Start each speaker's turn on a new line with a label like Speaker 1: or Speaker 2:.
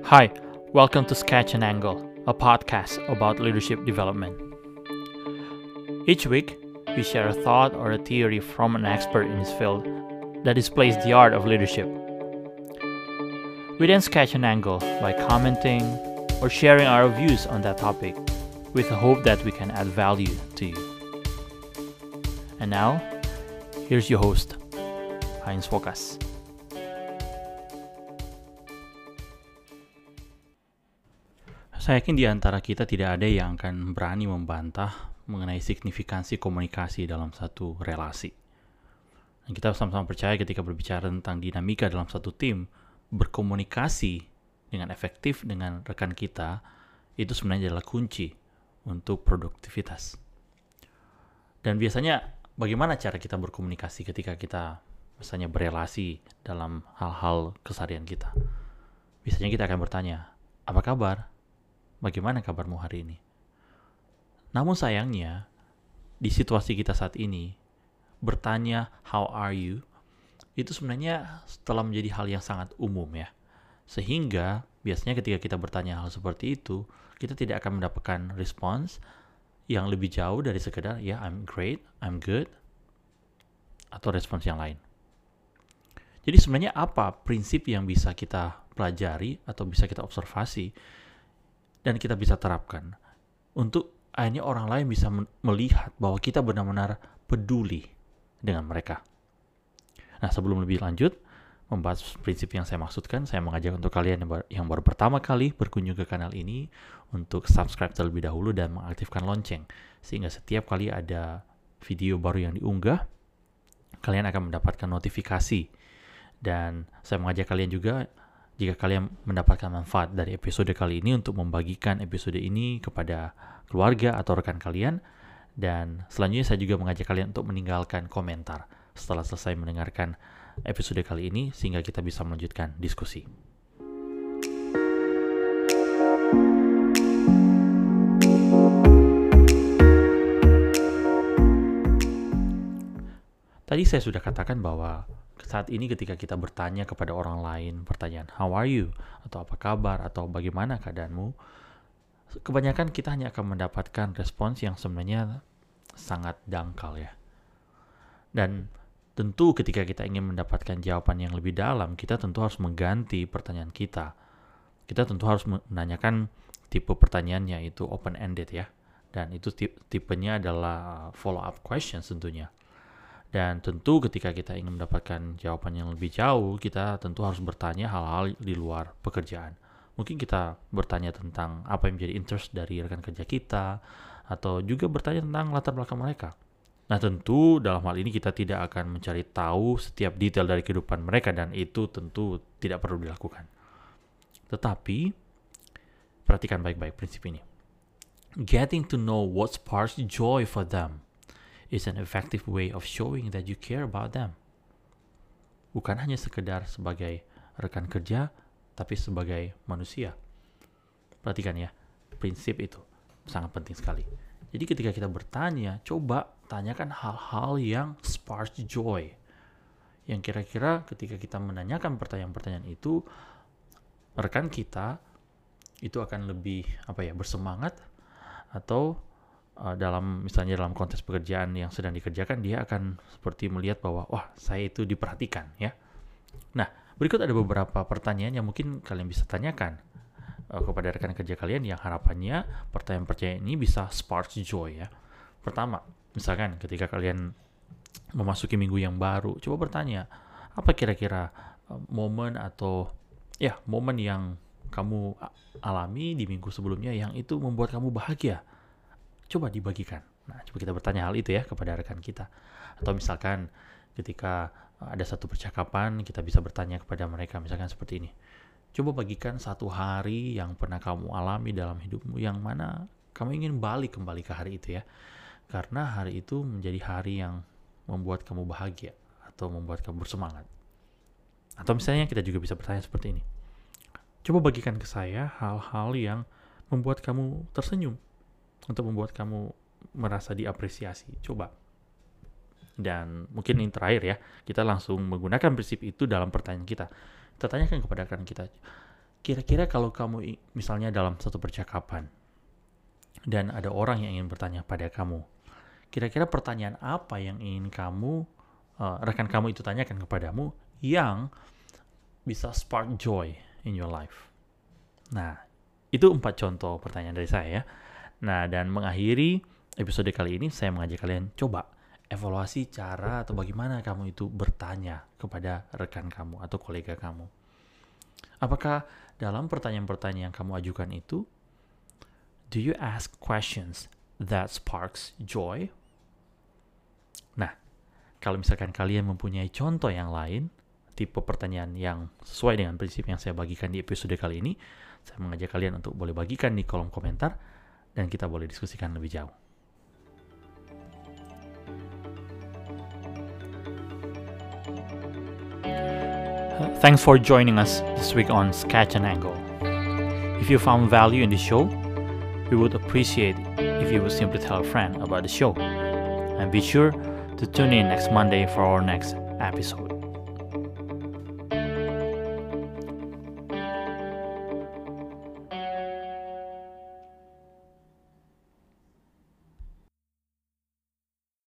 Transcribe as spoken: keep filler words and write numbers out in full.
Speaker 1: Hi, welcome to Sketch and Angle, a podcast about leadership development. Each week, we share a thought or a theory from an expert in his field that displays the art of leadership. We then sketch an angle by commenting or sharing our views on that topic with the hope that we can add value to you. And now, here's your host, Heinz Fokas. Saya yakin di antara kita tidak ada yang akan berani membantah mengenai signifikansi komunikasi dalam satu relasi. Dan kita sama-sama percaya ketika berbicara tentang dinamika dalam satu tim, berkomunikasi dengan efektif dengan rekan kita, itu sebenarnya adalah kunci untuk produktivitas. Dan biasanya bagaimana cara kita berkomunikasi ketika kita misalnya berelasi dalam hal-hal keseharian kita? Biasanya kita akan bertanya, apa kabar? Bagaimana kabarmu hari ini? Namun sayangnya, di situasi kita saat ini, bertanya how are you, itu sebenarnya telah menjadi hal yang sangat umum ya. Sehingga biasanya ketika kita bertanya hal seperti itu, kita tidak akan mendapatkan respons yang lebih jauh dari sekedar ya I'm great, I'm good, atau respons yang lain. Jadi sebenarnya apa prinsip yang bisa kita pelajari atau bisa kita observasi dan kita bisa terapkan untuk akhirnya orang lain bisa melihat bahwa kita benar-benar peduli dengan mereka. Nah, sebelum lebih lanjut membahas prinsip yang saya maksudkan, saya mengajak untuk kalian yang baru, yang baru pertama kali berkunjung ke kanal ini untuk subscribe terlebih dahulu dan mengaktifkan lonceng, sehingga setiap kali ada video baru yang diunggah, kalian akan mendapatkan notifikasi. Dan saya mengajak kalian juga, jika kalian mendapatkan manfaat dari episode kali ini, untuk membagikan episode ini kepada keluarga atau rekan kalian. Dan selanjutnya saya juga mengajak kalian untuk meninggalkan komentar setelah selesai mendengarkan episode kali ini, sehingga kita bisa melanjutkan diskusi. Tadi saya sudah katakan bahwa saat ini ketika kita bertanya kepada orang lain pertanyaan how are you, atau apa kabar, atau bagaimana keadaanmu, kebanyakan kita hanya akan mendapatkan respons yang sebenarnya sangat dangkal ya. Dan tentu ketika kita ingin mendapatkan jawaban yang lebih dalam, kita tentu harus mengganti pertanyaan kita. Kita tentu harus menanyakan tipe pertanyaannya itu open-ended ya. Dan itu tipenya adalah follow-up questions tentunya. Dan tentu ketika kita ingin mendapatkan jawaban yang lebih jauh, kita tentu harus bertanya hal-hal di luar pekerjaan. Mungkin kita bertanya tentang apa yang menjadi interest dari rekan kerja kita, atau juga bertanya tentang latar belakang mereka. Nah, tentu dalam hal ini kita tidak akan mencari tahu setiap detail dari kehidupan mereka, dan itu tentu tidak perlu dilakukan. Tetapi, perhatikan baik-baik prinsip ini. Getting to know what sparks joy for them is an effective way of showing that you care about them. Bukan hanya sekedar sebagai rekan kerja, tapi sebagai manusia. Perhatikan ya, prinsip itu sangat penting sekali. Jadi ketika kita bertanya, coba tanyakan hal-hal yang sparks joy. Yang kira-kira ketika kita menanyakan pertanyaan-pertanyaan itu, rekan kita itu akan lebih apa ya, bersemangat, atau dalam misalnya dalam konteks pekerjaan yang sedang dikerjakan, dia akan seperti melihat bahwa wah, saya itu diperhatikan ya. Nah, berikut ada beberapa pertanyaan yang mungkin kalian bisa tanyakan uh, kepada rekan kerja kalian, yang harapannya pertanyaan-pertanyaan ini bisa spark joy ya. Pertama, misalkan ketika kalian memasuki minggu yang baru, coba bertanya, apa kira-kira uh, momen atau ya momen yang kamu alami di minggu sebelumnya yang itu membuat kamu bahagia? Coba dibagikan. Nah, coba kita bertanya hal itu ya kepada rekan kita. Atau misalkan ketika ada satu percakapan, kita bisa bertanya kepada mereka, misalkan seperti ini. Coba bagikan satu hari yang pernah kamu alami dalam hidupmu, yang mana kamu ingin balik kembali ke hari itu ya. Karena hari itu menjadi hari yang membuat kamu bahagia, atau membuat kamu bersemangat. Atau misalnya kita juga bisa bertanya seperti ini. Coba bagikan ke saya hal-hal yang membuat kamu tersenyum, untuk membuat kamu merasa diapresiasi. Coba. Dan mungkin yang terakhir ya, kita langsung menggunakan prinsip itu dalam pertanyaan kita. Kita tanyakan kepada rekan kita, kira-kira kalau kamu i- misalnya dalam satu percakapan dan ada orang yang ingin bertanya pada kamu, kira-kira pertanyaan apa yang ingin kamu uh, rekan kamu itu tanyakan kepadamu yang bisa spark joy in your life? Nah, itu empat contoh pertanyaan dari saya ya. Nah, dan mengakhiri episode kali ini, saya mengajak kalian coba evaluasi cara atau bagaimana kamu itu bertanya kepada rekan kamu atau kolega kamu. Apakah dalam pertanyaan-pertanyaan yang kamu ajukan itu, do you ask questions that sparks joy? Nah, kalau misalkan kalian mempunyai contoh yang lain, tipe pertanyaan yang sesuai dengan prinsip yang saya bagikan di episode kali ini, saya mengajak kalian untuk boleh bagikan di kolom komentar dan kita boleh diskusikan lebih jauh. Thanks for joining us this week on Sketch and Angle. If you found value in the show, we would appreciate if you would simply tell a friend about the show. And be sure to tune in next Monday for our next episode.